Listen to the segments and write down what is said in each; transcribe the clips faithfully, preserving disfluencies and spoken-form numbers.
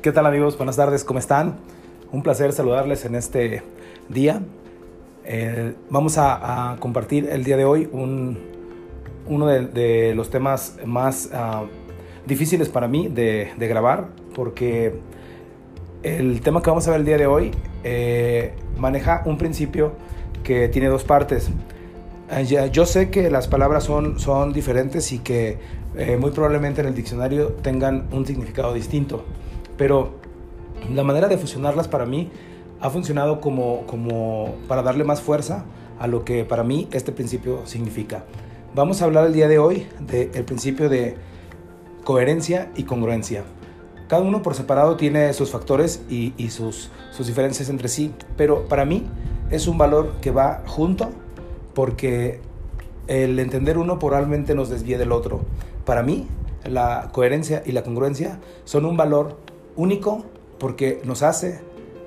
¿Qué tal, amigos? Buenas tardes, ¿cómo están? Un placer saludarles en este día. Eh, vamos a, a compartir el día de hoy un, uno de, de los temas más uh, difíciles para mí de, de grabar, porque el tema que vamos a ver el día de hoy eh, maneja un principio que tiene dos partes. Eh, yo sé que las palabras son, son diferentes y que eh, muy probablemente en el diccionario tengan un significado distinto, pero la manera de fusionarlas para mí ha funcionado como, como para darle más fuerza a lo que para mí este principio significa. Vamos a hablar el día de hoy del principio de coherencia y congruencia. Cada uno por separado tiene sus factores y, y sus, sus diferencias entre sí, pero para mí es un valor que va junto, porque el entender uno probablemente nos desvíe del otro. Para mí, la coherencia y la congruencia son un valor único, porque nos hace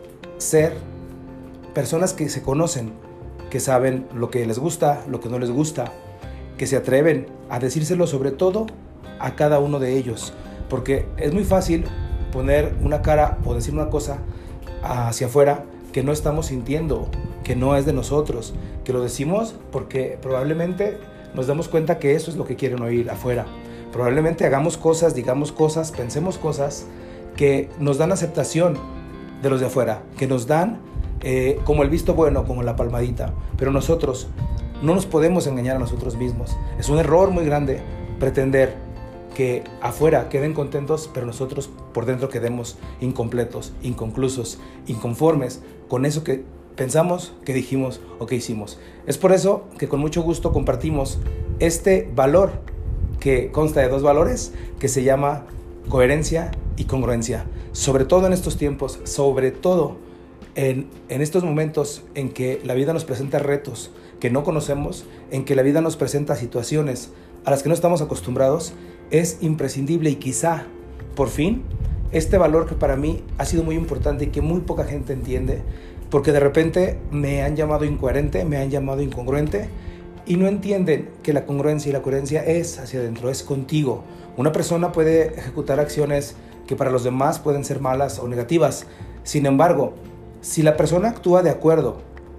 ser personas que se conocen, que saben lo que les gusta, lo que no les gusta, que se atreven a decírselo sobre todo a cada uno de ellos, porque es muy fácil poner una cara o decir una cosa hacia afuera que no estamos sintiendo, que no es de nosotros, que lo decimos porque probablemente nos damos cuenta que eso es lo que quieren oír afuera. Probablemente hagamos cosas, digamos cosas, pensemos cosas que nos dan aceptación de los de afuera, que nos dan eh, como el visto bueno, como la palmadita, pero nosotros no nos podemos engañar a nosotros mismos. Es un error muy grande pretender que afuera queden contentos, pero nosotros por dentro quedemos incompletos, inconclusos, inconformes con eso que pensamos, que dijimos o que hicimos. Es por eso que con mucho gusto compartimos este valor que consta de dos valores, que se llama coherencia y congruencia, sobre todo en estos tiempos, sobre todo en, en estos momentos en que la vida nos presenta retos que no conocemos, en que la vida nos presenta situaciones a las que no estamos acostumbrados. Es imprescindible y quizá, por fin, este valor que para mí ha sido muy importante y que muy poca gente entiende, porque de repente me han llamado incoherente, me han llamado incongruente, y no entienden que la congruencia y la coherencia es hacia adentro, es contigo. Una persona puede ejecutar acciones que para los demás pueden ser malas o negativas. Sin embargo, si la persona actúa de acuerdo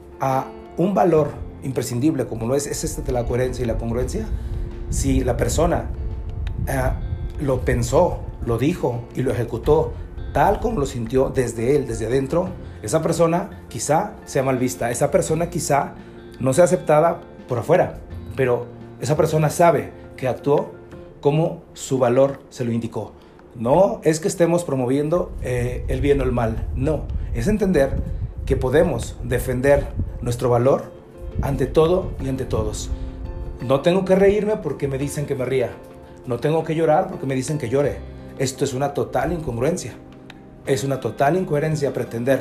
a un valor imprescindible como lo es, es este de la coherencia y la congruencia, si la persona eh, lo pensó, lo dijo y lo ejecutó tal como lo sintió desde él, desde adentro, esa persona quizá sea mal vista, esa persona quizá no sea aceptada por afuera, pero esa persona sabe que actuó como su valor se lo indicó. No es que estemos promoviendo eh, el bien o el mal, no, es entender que podemos defender nuestro valor ante todo y ante todos. No tengo que reírme porque me dicen que me ría, no tengo que llorar porque me dicen que llore. Esto es una total incongruencia, es una total incoherencia pretender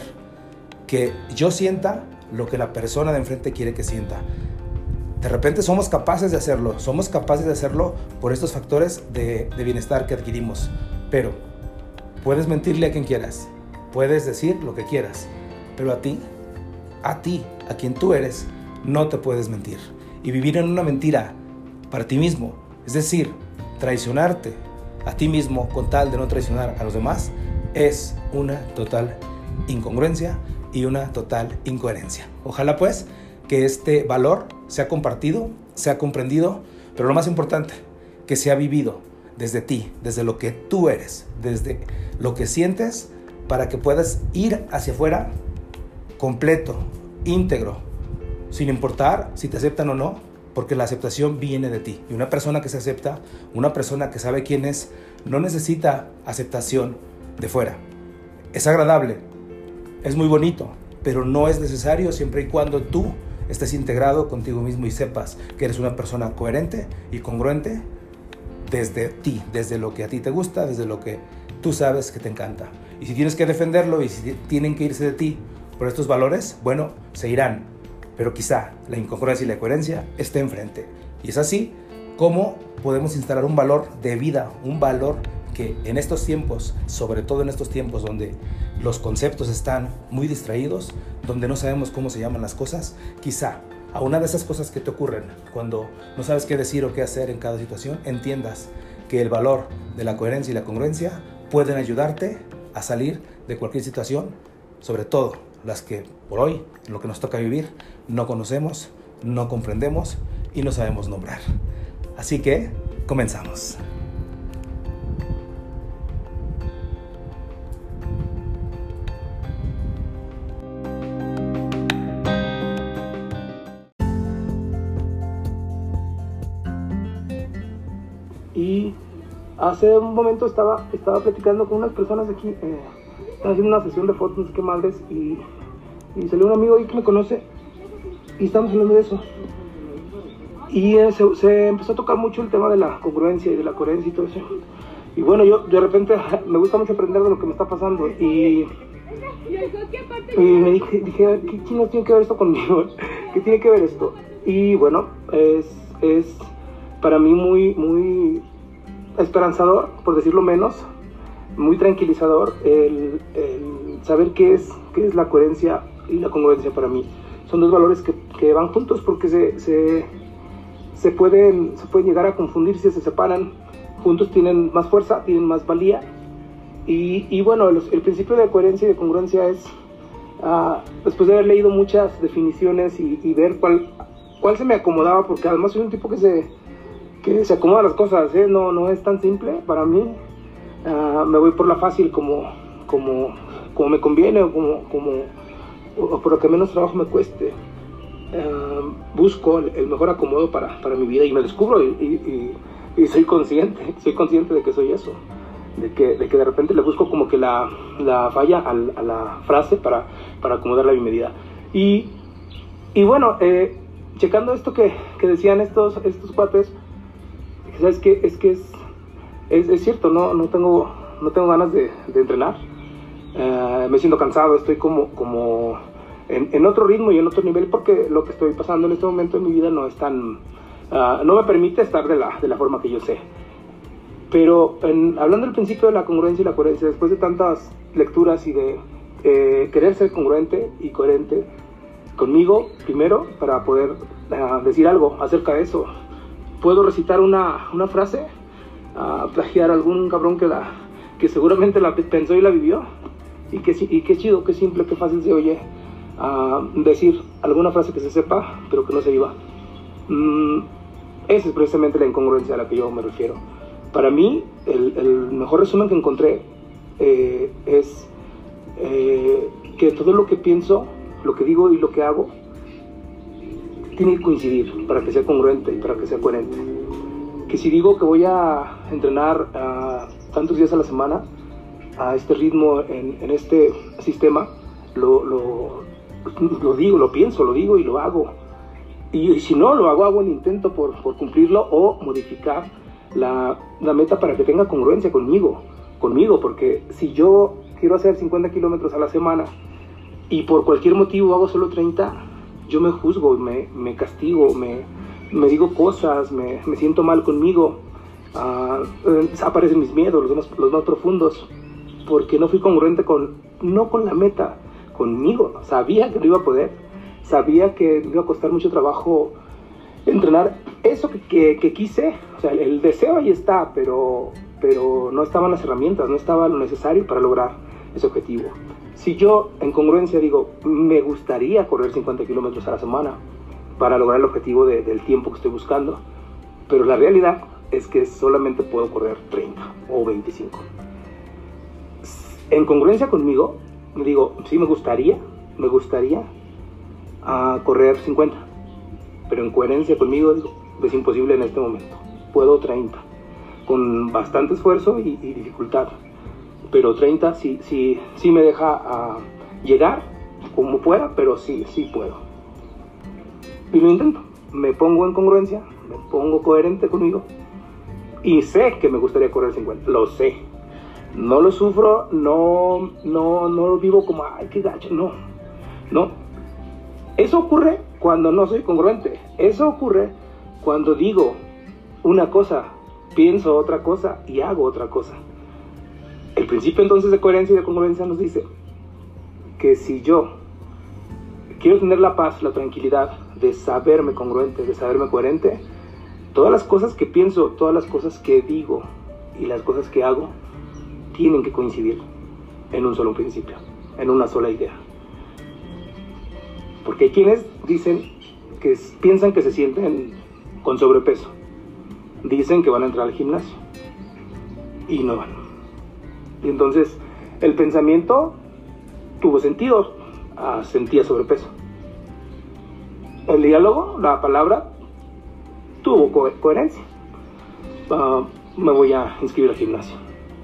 que yo sienta lo que la persona de enfrente quiere que sienta. De repente somos capaces de hacerlo, somos capaces de hacerlo por estos factores de, de bienestar que adquirimos, pero puedes mentirle a quien quieras, puedes decir lo que quieras, pero a ti, a ti, a quien tú eres, no te puedes mentir. Y vivir en una mentira para ti mismo, es decir, traicionarte a ti mismo con tal de no traicionar a los demás, es una total incongruencia y una total incoherencia. Ojalá pues que este valor sea compartido, sea comprendido, pero lo más importante, que sea vivido desde ti, desde lo que tú eres, desde lo que sientes, para que puedas ir hacia afuera completo, íntegro, sin importar si te aceptan o no, porque la aceptación viene de ti. Y una persona que se acepta, una persona que sabe quién es, no necesita aceptación de fuera. Es agradable, es muy bonito, pero no es necesario siempre y cuando tú estés integrado contigo mismo y sepas que eres una persona coherente y congruente desde ti, desde lo que a ti te gusta, desde lo que tú sabes que te encanta. Y si tienes que defenderlo y si tienen que irse de ti por estos valores, bueno, se irán, pero quizá la incongruencia y la coherencia esté enfrente. Y es así como podemos instalar un valor de vida, un valor que en estos tiempos, sobre todo en estos tiempos donde los conceptos están muy distraídos, donde no sabemos cómo se llaman las cosas, quizá a una de esas cosas que te ocurren cuando no sabes qué decir o qué hacer en cada situación, entiendas que el valor de la coherencia y la congruencia pueden ayudarte a salir de cualquier situación, sobre todo las que por hoy, lo que nos toca vivir, no conocemos, no comprendemos y no sabemos nombrar. Así que comenzamos. Y hace un momento estaba, estaba platicando con unas personas aquí, eh, estaba haciendo una sesión de fotos, no sé qué madres, y, y salió un amigo ahí que me conoce, y estamos hablando de eso. Y eh, se, se empezó a tocar mucho el tema de la congruencia y de la coherencia y todo eso. Y bueno, yo de repente me gusta mucho aprender de lo que me está pasando, y, y me dije, dije, ¿qué chingados tiene que ver esto conmigo? ¿Qué tiene que ver esto? Y bueno, es... es para mí muy, muy esperanzador, por decirlo menos, muy tranquilizador el, el saber qué es, qué es la coherencia y la congruencia para mí. Son dos valores que, que van juntos porque se, se, se, pueden, se pueden llegar a confundir si se separan. Juntos tienen más fuerza, tienen más valía. Y, y bueno, los, el principio de coherencia y de congruencia es, uh, después de haber leído muchas definiciones y, y ver cuál, cuál se me acomodaba, porque además soy un tipo que se... que se acomoda las cosas, ¿eh? no, no es tan simple para mí. Uh, me voy por la fácil como, como, como me conviene o, como, como, o por lo que menos trabajo me cueste. Uh, busco el, el mejor acomodo para, para mi vida y me descubro y, y, y, y soy consciente, soy consciente de que soy eso, de que de, que de repente le busco como que la, la falla a, a la frase para, para acomodarla a mi medida. Y, y bueno, eh, checando esto que, que decían estos, estos cuates, ¿sabes qué? Es que es, es, es cierto, no, no, tengo, no tengo ganas de, de entrenar. Uh, me siento cansado, estoy como, como en, en otro ritmo y en otro nivel porque lo que estoy pasando en este momento en mi vida no es tan... Uh, no me permite estar de la, de la forma que yo sé. Pero en, hablando del principio de la congruencia y la coherencia, después de tantas lecturas y de eh, querer ser congruente y coherente conmigo primero para poder uh, decir algo acerca de eso, puedo recitar una, una frase, uh, plagiar a algún cabrón que, la, que seguramente la pensó y la vivió, y que, y qué chido, qué simple, qué fácil se oye uh, decir alguna frase que se sepa, pero que no se viva. Mm, esa es precisamente la incongruencia a la que yo me refiero. Para mí, el, el mejor resumen que encontré eh, es eh, que todo lo que pienso, lo que digo y lo que hago, tiene que coincidir para que sea congruente y para que sea coherente. Que si digo que voy a entrenar uh, tantos días a la semana, a este ritmo, en, en este sistema, lo, lo, lo digo, lo pienso, lo digo y lo hago. Y, y si no lo hago, hago el intento por, por cumplirlo o modificar la, la meta para que tenga congruencia conmigo, conmigo, porque si yo quiero hacer cincuenta kilómetros a la semana y por cualquier motivo hago solo treinta, yo me juzgo, me, me castigo, me, me digo cosas, me, me siento mal conmigo, uh, eh, aparecen mis miedos, los más, los más profundos, porque no fui congruente con, no con la meta, conmigo. Sabía que no iba a poder, sabía que me iba a costar mucho trabajo entrenar eso que, que, que quise, o sea, el, el deseo ahí está, pero, pero no estaban las herramientas, no estaba lo necesario para lograr ese objetivo. Si yo en congruencia digo, me gustaría correr cincuenta kilómetros a la semana para lograr el objetivo de, del tiempo que estoy buscando, pero la realidad es que solamente puedo correr treinta o veinticinco. En congruencia conmigo, me digo, sí me gustaría, me gustaría uh, correr cincuenta, pero en coherencia conmigo digo, es imposible en este momento, puedo treinta, con bastante esfuerzo y, y dificultad. Pero treinta sí, sí, sí me deja uh, llegar como pueda, pero sí, sí puedo. Y lo intento. Me pongo en congruencia, me pongo coherente conmigo. Y sé que me gustaría correr cincuenta, lo sé. No lo sufro, no, no, no lo vivo como, ay, qué gacho, no. No. Eso ocurre cuando no soy congruente. Eso ocurre cuando digo una cosa, pienso otra cosa y hago otra cosa. El principio entonces de coherencia y de congruencia nos dice que si yo quiero tener la paz, la tranquilidad de saberme congruente, de saberme coherente, todas las cosas que pienso, todas las cosas que digo y las cosas que hago tienen que coincidir. en un solo principio, en una sola idea. Porque hay quienes dicen que es, piensan que se sienten con sobrepeso, dicen que van a entrar al gimnasio y no van. Y entonces el pensamiento tuvo sentido, ah, sentía sobrepeso. El diálogo, la palabra, tuvo co coherencia. Uh, me voy a inscribir al gimnasio.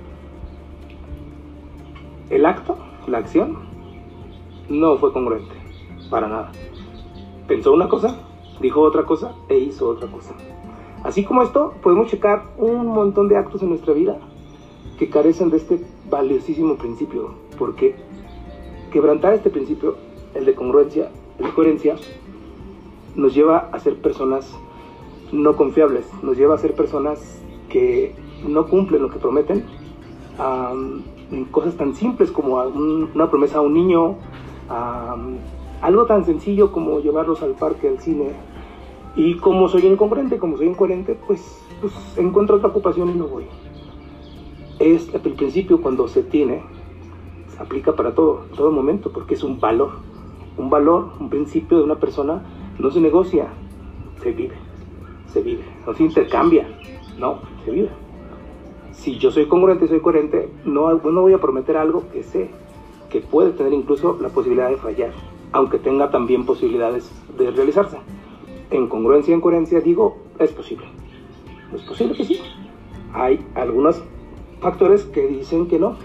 El acto, la acción, no fue congruente, para nada. Pensó una cosa, dijo otra cosa e hizo otra cosa. Así como esto, podemos checar un montón de actos en nuestra vida que carecen de este valiosísimo principio, porque quebrantar este principio, el de congruencia, el de coherencia, nos lleva a ser personas no confiables, nos lleva a ser personas que no cumplen lo que prometen, um, en cosas tan simples como un, una promesa a un niño, um, algo tan sencillo como llevarlos al parque, al cine. Y como soy incongruente, como soy incoherente, pues, pues encuentro otra ocupación y no voy. Es el principio, cuando se tiene, se aplica para todo, en todo momento, porque es un valor. Un valor, un principio de una persona no se negocia, se vive, se vive, no se intercambia, no, se vive. Si yo soy congruente y soy coherente, no, no voy a prometer algo que sé que puede tener incluso la posibilidad de fallar, aunque tenga también posibilidades de realizarse. En congruencia y en coherencia digo, es posible. Es posible que sí. Hay algunos factores que dicen que no.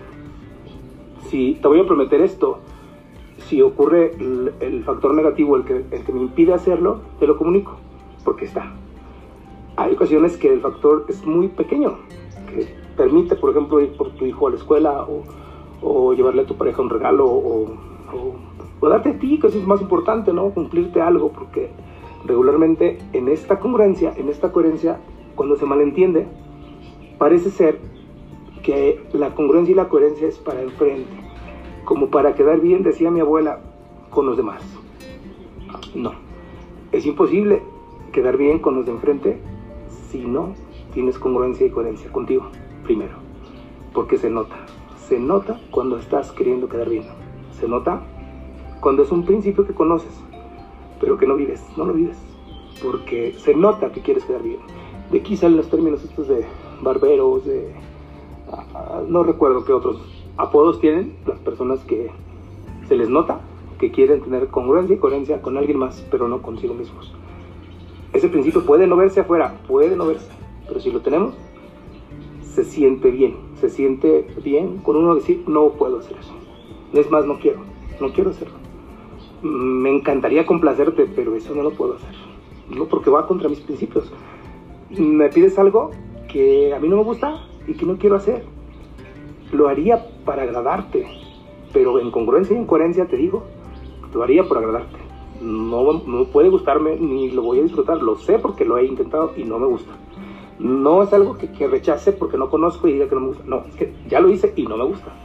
Si te voy a prometer esto, si ocurre el, el factor negativo, el que, el que me impide hacerlo, te lo comunico, porque está. Hay ocasiones que el factor es muy pequeño, que permite, por ejemplo, ir por tu hijo a la escuela, o, o llevarle a tu pareja un regalo, o, o, o darte a ti, que eso es más importante, ¿no? Cumplirte algo, porque regularmente en esta congruencia, en esta coherencia, cuando se malentiende, parece ser que la congruencia y la coherencia es para enfrente, como para quedar bien, decía mi abuela, con los demás. No, es imposible quedar bien con los de enfrente si no tienes congruencia y coherencia contigo primero, porque se nota, se nota cuando estás queriendo quedar bien, se nota cuando es un principio que conoces, pero que no vives, no lo vives, porque se nota que quieres quedar bien. De aquí salen los términos estos de barberos, de uh, no recuerdo qué otros apodos tienen las personas que se les nota que quieren tener congruencia y coherencia con alguien más, pero no consigo mismos. Ese principio puede no verse afuera, puede no verse, pero si lo tenemos, se siente bien, se siente bien con uno decir, no puedo hacer eso. Es más, no quiero, no quiero hacerlo. Me encantaría complacerte, pero eso no lo puedo hacer, no, porque va contra mis principios. Me pides algo que a mí no me gusta y que no quiero hacer. Lo haría para agradarte, pero en congruencia y en coherencia te digo, lo haría por agradarte. No, no puede gustarme ni lo voy a disfrutar, lo sé porque lo he intentado y no me gusta. No es algo que, que rechace porque no conozco y diga que no me gusta. No, es que ya lo hice y no me gusta.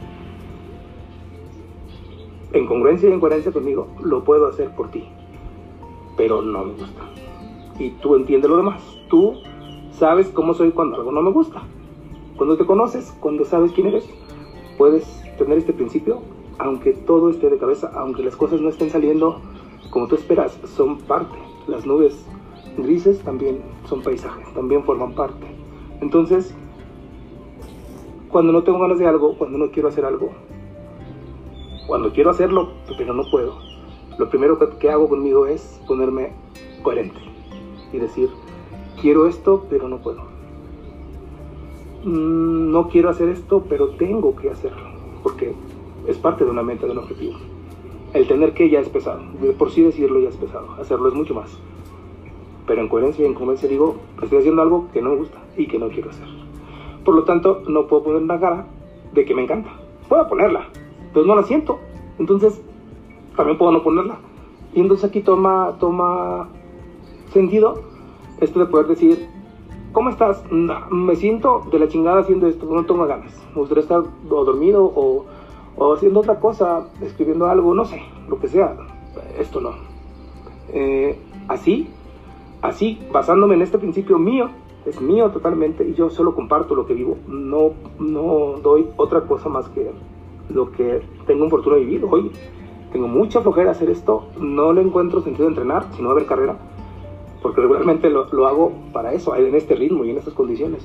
En congruencia y en coherencia conmigo, lo puedo hacer por ti, pero no me gusta. Y tú entiendes lo demás. Tú sabes cómo soy cuando algo no me gusta. Cuando te conoces, cuando sabes quién eres, puedes tener este principio, aunque todo esté de cabeza, aunque las cosas no estén saliendo como tú esperas, son parte. Las nubes grises también son paisajes, también forman parte. Entonces, cuando no tengo ganas de algo, cuando no quiero hacer algo, cuando quiero hacerlo, pero no puedo, lo primero que, que hago conmigo es ponerme coherente y decir, quiero esto, pero no puedo. Mm, no quiero hacer esto, pero tengo que hacerlo, porque es parte de una meta, de un objetivo. El tener que ya es pesado, de por sí decirlo ya es pesado, hacerlo es mucho más. Pero en coherencia y en congruencia digo, estoy haciendo algo que no me gusta y que no quiero hacer. Por lo tanto, no puedo poner una cara de que me encanta. Puedo ponerla, pero no la siento. Entonces, también puedo no ponerla. Y entonces aquí toma, toma sentido esto de poder decir, ¿cómo estás? No, me siento de la chingada haciendo esto, no tengo ganas. Me gustaría estar o dormido o, o haciendo otra cosa, escribiendo algo, no sé, lo que sea. Esto no. Eh, así, así, basándome en este principio mío, es mío totalmente, y yo solo comparto lo que vivo. No, no doy otra cosa más que lo que tengo en fortuna de vivir. Hoy tengo mucha flojera hacer esto, no le encuentro sentido de entrenar, sino de ver carrera, porque regularmente lo, lo hago para eso, en este ritmo y en estas condiciones.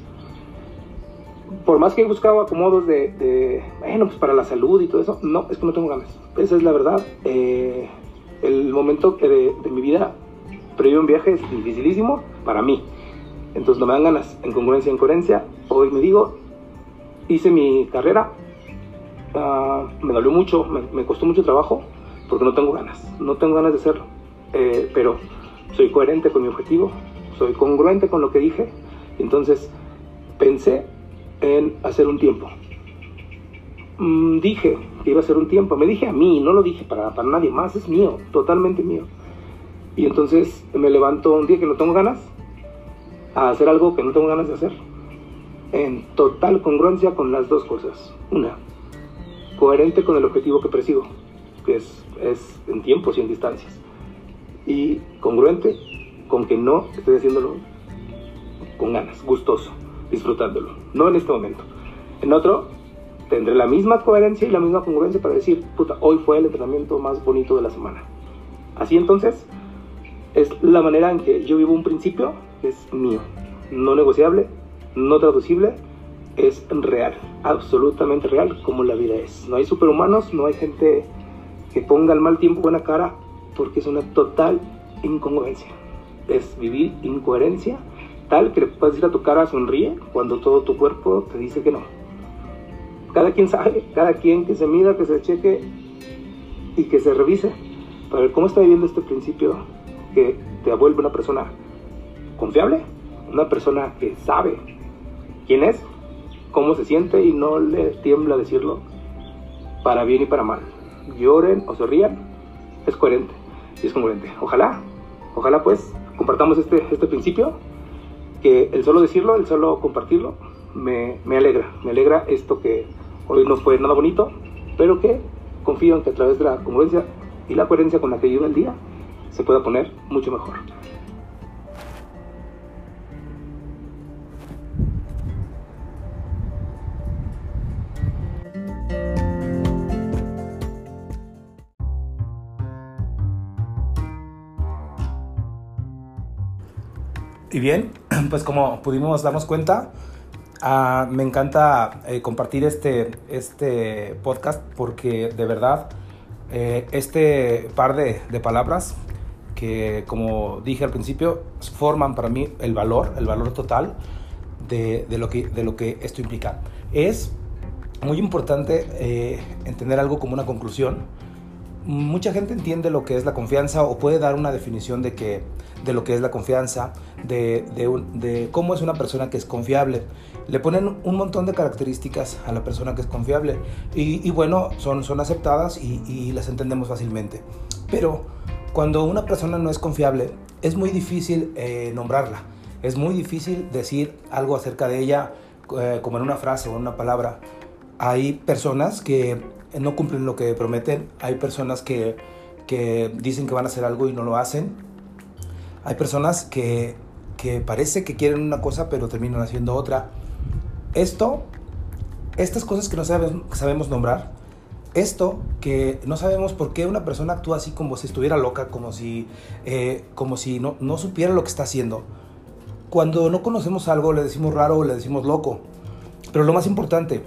Por más que he buscado acomodos de, de, bueno, pues para la salud y todo eso, no, es que no tengo ganas. Esa es la verdad. Eh, el momento de, de mi vida previo a un viaje es dificilísimo para mí. Entonces no me dan ganas, en congruencia, en coherencia. Hoy me digo, hice mi carrera, uh, me dolió mucho, me, me costó mucho trabajo, porque no tengo ganas, no tengo ganas de hacerlo. Eh, pero soy coherente con mi objetivo, soy congruente con lo que dije. Entonces pensé en hacer un tiempo. Mm, dije que iba a hacer un tiempo, me dije a mí, no lo dije para, para nadie más, es mío, totalmente mío. Y entonces me levanto un día que no tengo ganas a hacer algo que no tengo ganas de hacer, en total congruencia con las dos cosas. Una, coherente con el objetivo que persigo, que es, es en tiempos y en distancias, y congruente con que no estoy haciéndolo con ganas, gustoso, disfrutándolo, no en este momento. En otro, tendré la misma coherencia y la misma congruencia para decir, puta, hoy fue el entrenamiento más bonito de la semana. Así entonces, es la manera en que yo vivo un principio que es mío, no negociable, no traducible, es real, absolutamente real, como la vida es. No hay superhumanos, no hay gente que ponga al mal tiempo buena cara, porque es una total incongruencia. Es vivir incoherencia tal que le puedes decir a tu cara sonríe cuando todo tu cuerpo te dice que no. Cada quien sabe, cada quien que se mida, que se cheque y que se revise para ver cómo está viviendo este principio que te vuelve una persona confiable, una persona que sabe quién es, cómo se siente y no le tiembla decirlo para bien y para mal. Lloren o se rían, es coherente y es congruente. Ojalá, ojalá pues compartamos este, este principio, que el solo decirlo, el solo compartirlo, me, me alegra, me alegra esto que hoy no fue nada bonito, pero que confío en que a través de la congruencia y la coherencia con la que vivo el día, se pueda poner mucho mejor. Y bien, pues como pudimos darnos cuenta, uh, me encanta eh, compartir este, este podcast porque de verdad eh, este par de, de palabras que, como dije al principio, forman para mí el valor, el valor total de, de, lo, que, de lo que esto implica. Es muy importante eh, entender algo como una conclusión. Mucha gente entiende lo que es la confianza o puede dar una definición de, que, de lo que es la confianza, de, de, un, de cómo es una persona que es confiable. Le ponen un montón de características a la persona que es confiable y, y bueno, son, son aceptadas y, y las entendemos fácilmente. Pero cuando una persona no es confiable, es muy difícil eh, nombrarla. Es muy difícil decir algo acerca de ella eh, como en una frase o en una palabra. Hay personas que no cumplen lo que prometen, hay personas que, que dicen que van a hacer algo y no lo hacen, hay personas que, que parece que quieren una cosa pero terminan haciendo otra. Esto, estas cosas que no sabemos, sabemos nombrar, esto que no sabemos por qué una persona actúa así como si estuviera loca, como si, eh, como si no, no supiera lo que está haciendo. Cuando no conocemos algo le decimos raro o le decimos loco, pero lo más importante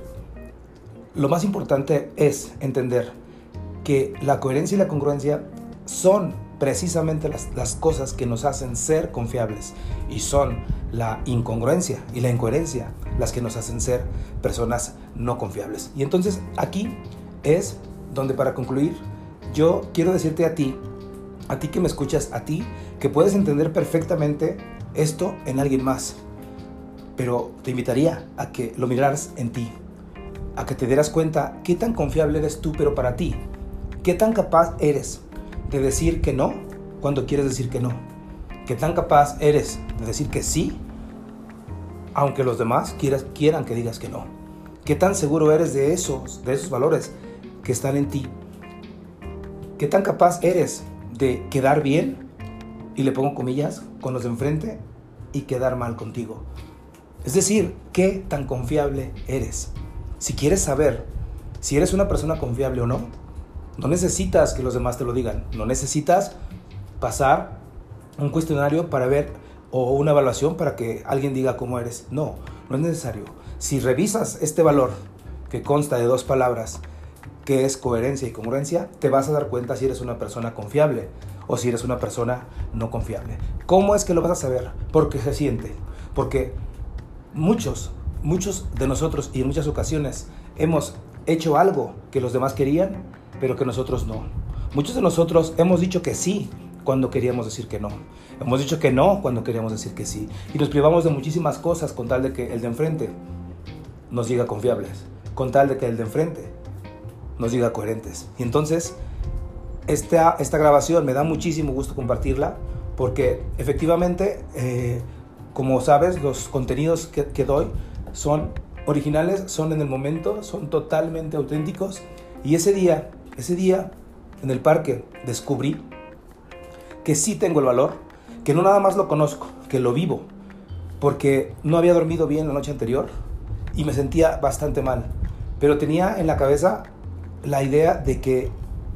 Lo más importante es entender que la coherencia y la congruencia son precisamente las, las cosas que nos hacen ser confiables y son la incongruencia y la incoherencia las que nos hacen ser personas no confiables. Y entonces aquí es donde, para concluir, yo quiero decirte a ti, a ti que me escuchas, a ti que puedes entender perfectamente esto en alguien más, pero te invitaría a que lo miraras en ti, a que te dieras cuenta qué tan confiable eres tú, pero para ti. Qué tan capaz eres de decir que no cuando quieres decir que no. Qué tan capaz eres de decir que sí, aunque los demás quieras, quieran que digas que no. Qué tan seguro eres de esos, de esos valores que están en ti. Qué tan capaz eres de quedar bien, y le pongo comillas, con los de enfrente y quedar mal contigo. Es decir, qué tan confiable eres. Si quieres saber si eres una persona confiable o no. No necesitas que los demás te lo digan. No necesitas pasar un cuestionario para ver, o una evaluación para que alguien diga cómo eres. No, no es necesario. Si revisas este valor que consta de dos palabras, que es coherencia y congruencia, te vas a dar cuenta si eres una persona confiable o si eres una persona no confiable. ¿Cómo es que lo vas a saber? Porque se siente. Porque muchos, muchos de nosotros, y en muchas ocasiones, hemos hecho algo que los demás querían, pero que nosotros no. Muchos de nosotros hemos dicho que sí cuando queríamos decir que no. Hemos dicho que no cuando queríamos decir que sí. Y nos privamos de muchísimas cosas con tal de que el de enfrente nos diga confiables, con tal de que el de enfrente nos diga coherentes. Y entonces, esta, esta grabación me da muchísimo gusto compartirla, porque efectivamente, eh, como sabes, los contenidos que, que doy son originales, son en el momento, son totalmente auténticos. Y ese día, ese día en el parque descubrí que sí tengo el valor, que no nada más lo conozco, que lo vivo, porque no había dormido bien la noche anterior y me sentía bastante mal, pero tenía en la cabeza la idea de que,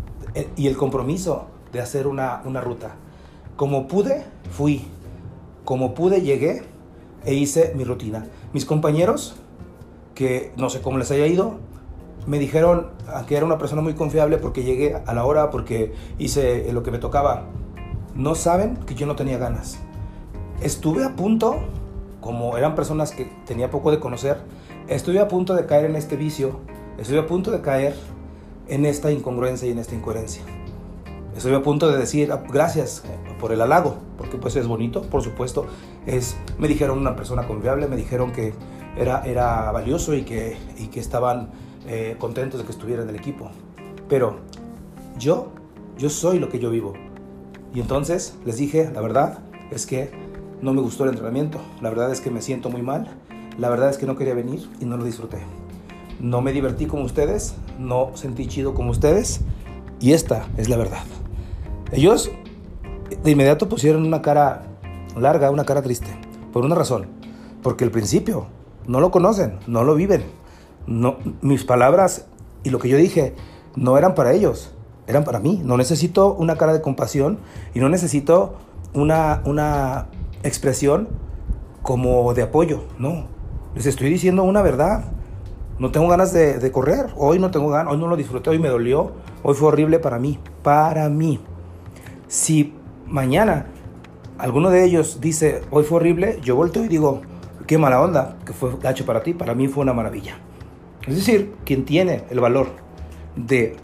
y el compromiso de hacer una, una ruta. Como pude, fui. Como pude, llegué e hice mi rutina. Mis compañeros, que no sé cómo les haya ido, me dijeron que era una persona muy confiable porque llegué a la hora, porque hice lo que me tocaba. No saben que yo no tenía ganas. Estuve a punto, como eran personas que tenía poco de conocer, estuve a punto de caer en este vicio, estuve a punto de caer en esta incongruencia y en esta incoherencia. Estoy a punto de decir gracias por el halago, porque pues es bonito, por supuesto. Es, me dijeron una persona confiable, me dijeron que era, era valioso y que, y que estaban eh, contentos de que estuviera en el equipo. Pero yo, yo soy lo que yo vivo. Y entonces les dije, la verdad es que no me gustó el entrenamiento, la verdad es que me siento muy mal, la verdad es que no quería venir y no lo disfruté. No me divertí como ustedes, no sentí chido como ustedes, y esta es la verdad. Ellos de inmediato pusieron una cara larga, una cara triste, por una razón, porque al principio no lo conocen, no lo viven. No, mis palabras y lo que yo dije no eran para ellos, eran para mí. No necesito una cara de compasión y no necesito una, una expresión como de apoyo, no. Les estoy diciendo una verdad. No tengo ganas de, de correr, hoy no tengo ganas, hoy no lo disfruté, hoy me dolió, hoy fue horrible para mí, para mí. Si mañana alguno de ellos dice, hoy fue horrible, yo volteo y digo, qué mala onda, que fue gacho para ti, para mí fue una maravilla. Es decir, quien tiene el valor de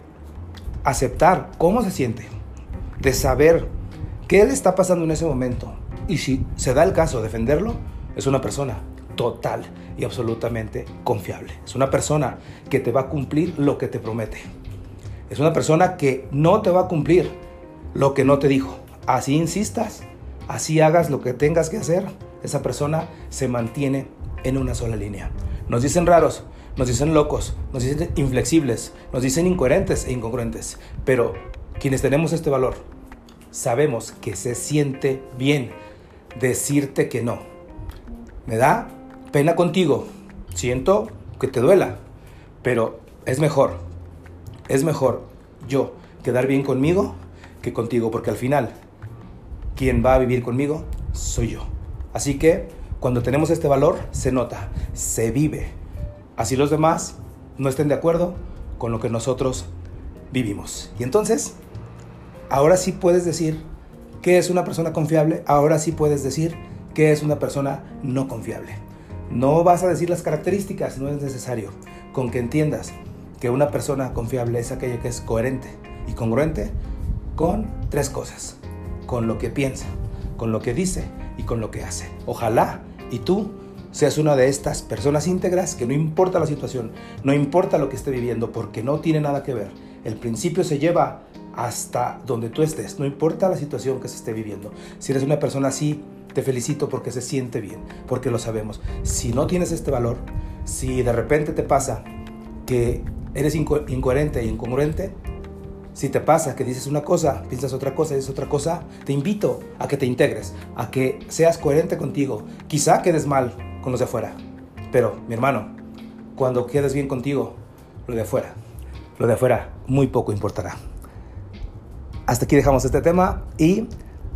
aceptar cómo se siente, de saber qué le está pasando en ese momento, y si se da el caso defenderlo, es una persona total y absolutamente confiable. Es una persona que te va a cumplir lo que te promete. Es una persona que no te va a cumplir lo que no te dijo. Así insistas, así hagas lo que tengas que hacer, esa persona se mantiene en una sola línea. Nos dicen raros, nos dicen locos, nos dicen inflexibles, nos dicen incoherentes e incongruentes, pero quienes tenemos este valor sabemos que se siente bien decirte que no. Me da pena contigo, siento que te duela, pero es mejor, es mejor yo quedar bien conmigo que contigo, porque al final quien va a vivir conmigo soy yo. Así que cuando tenemos este valor se nota, se vive. Así los demás no estén de acuerdo con lo que nosotros vivimos. Y entonces, ahora sí puedes decir que es una persona confiable, ahora sí puedes decir que es una persona no confiable. No vas a decir las características, no es necesario. Con que entiendas que una persona confiable es aquella que es coherente y congruente con tres cosas: con lo que piensa, con lo que dice y con lo que hace. Ojalá y tú seas una de estas personas íntegras que no importa la situación, no importa lo que esté viviendo, porque no tiene nada que ver. El principio se lleva hasta donde tú estés, no importa la situación que se esté viviendo. Si eres una persona así, te felicito porque se siente bien, porque lo sabemos. Si no tienes este valor, si de repente te pasa que eres inco- incoherente e incongruente, si te pasa que dices una cosa, piensas otra cosa, dices otra cosa, te invito a que te integres, a que seas coherente contigo. Quizá quedes mal con los de afuera, pero mi hermano, cuando quedes bien contigo, lo de afuera lo de afuera muy poco importará. Hasta aquí dejamos este tema y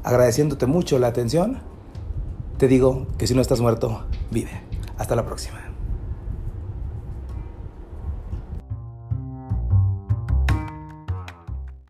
agradeciéndote mucho la atención, te digo que si no estás muerto, vive. Hasta la próxima.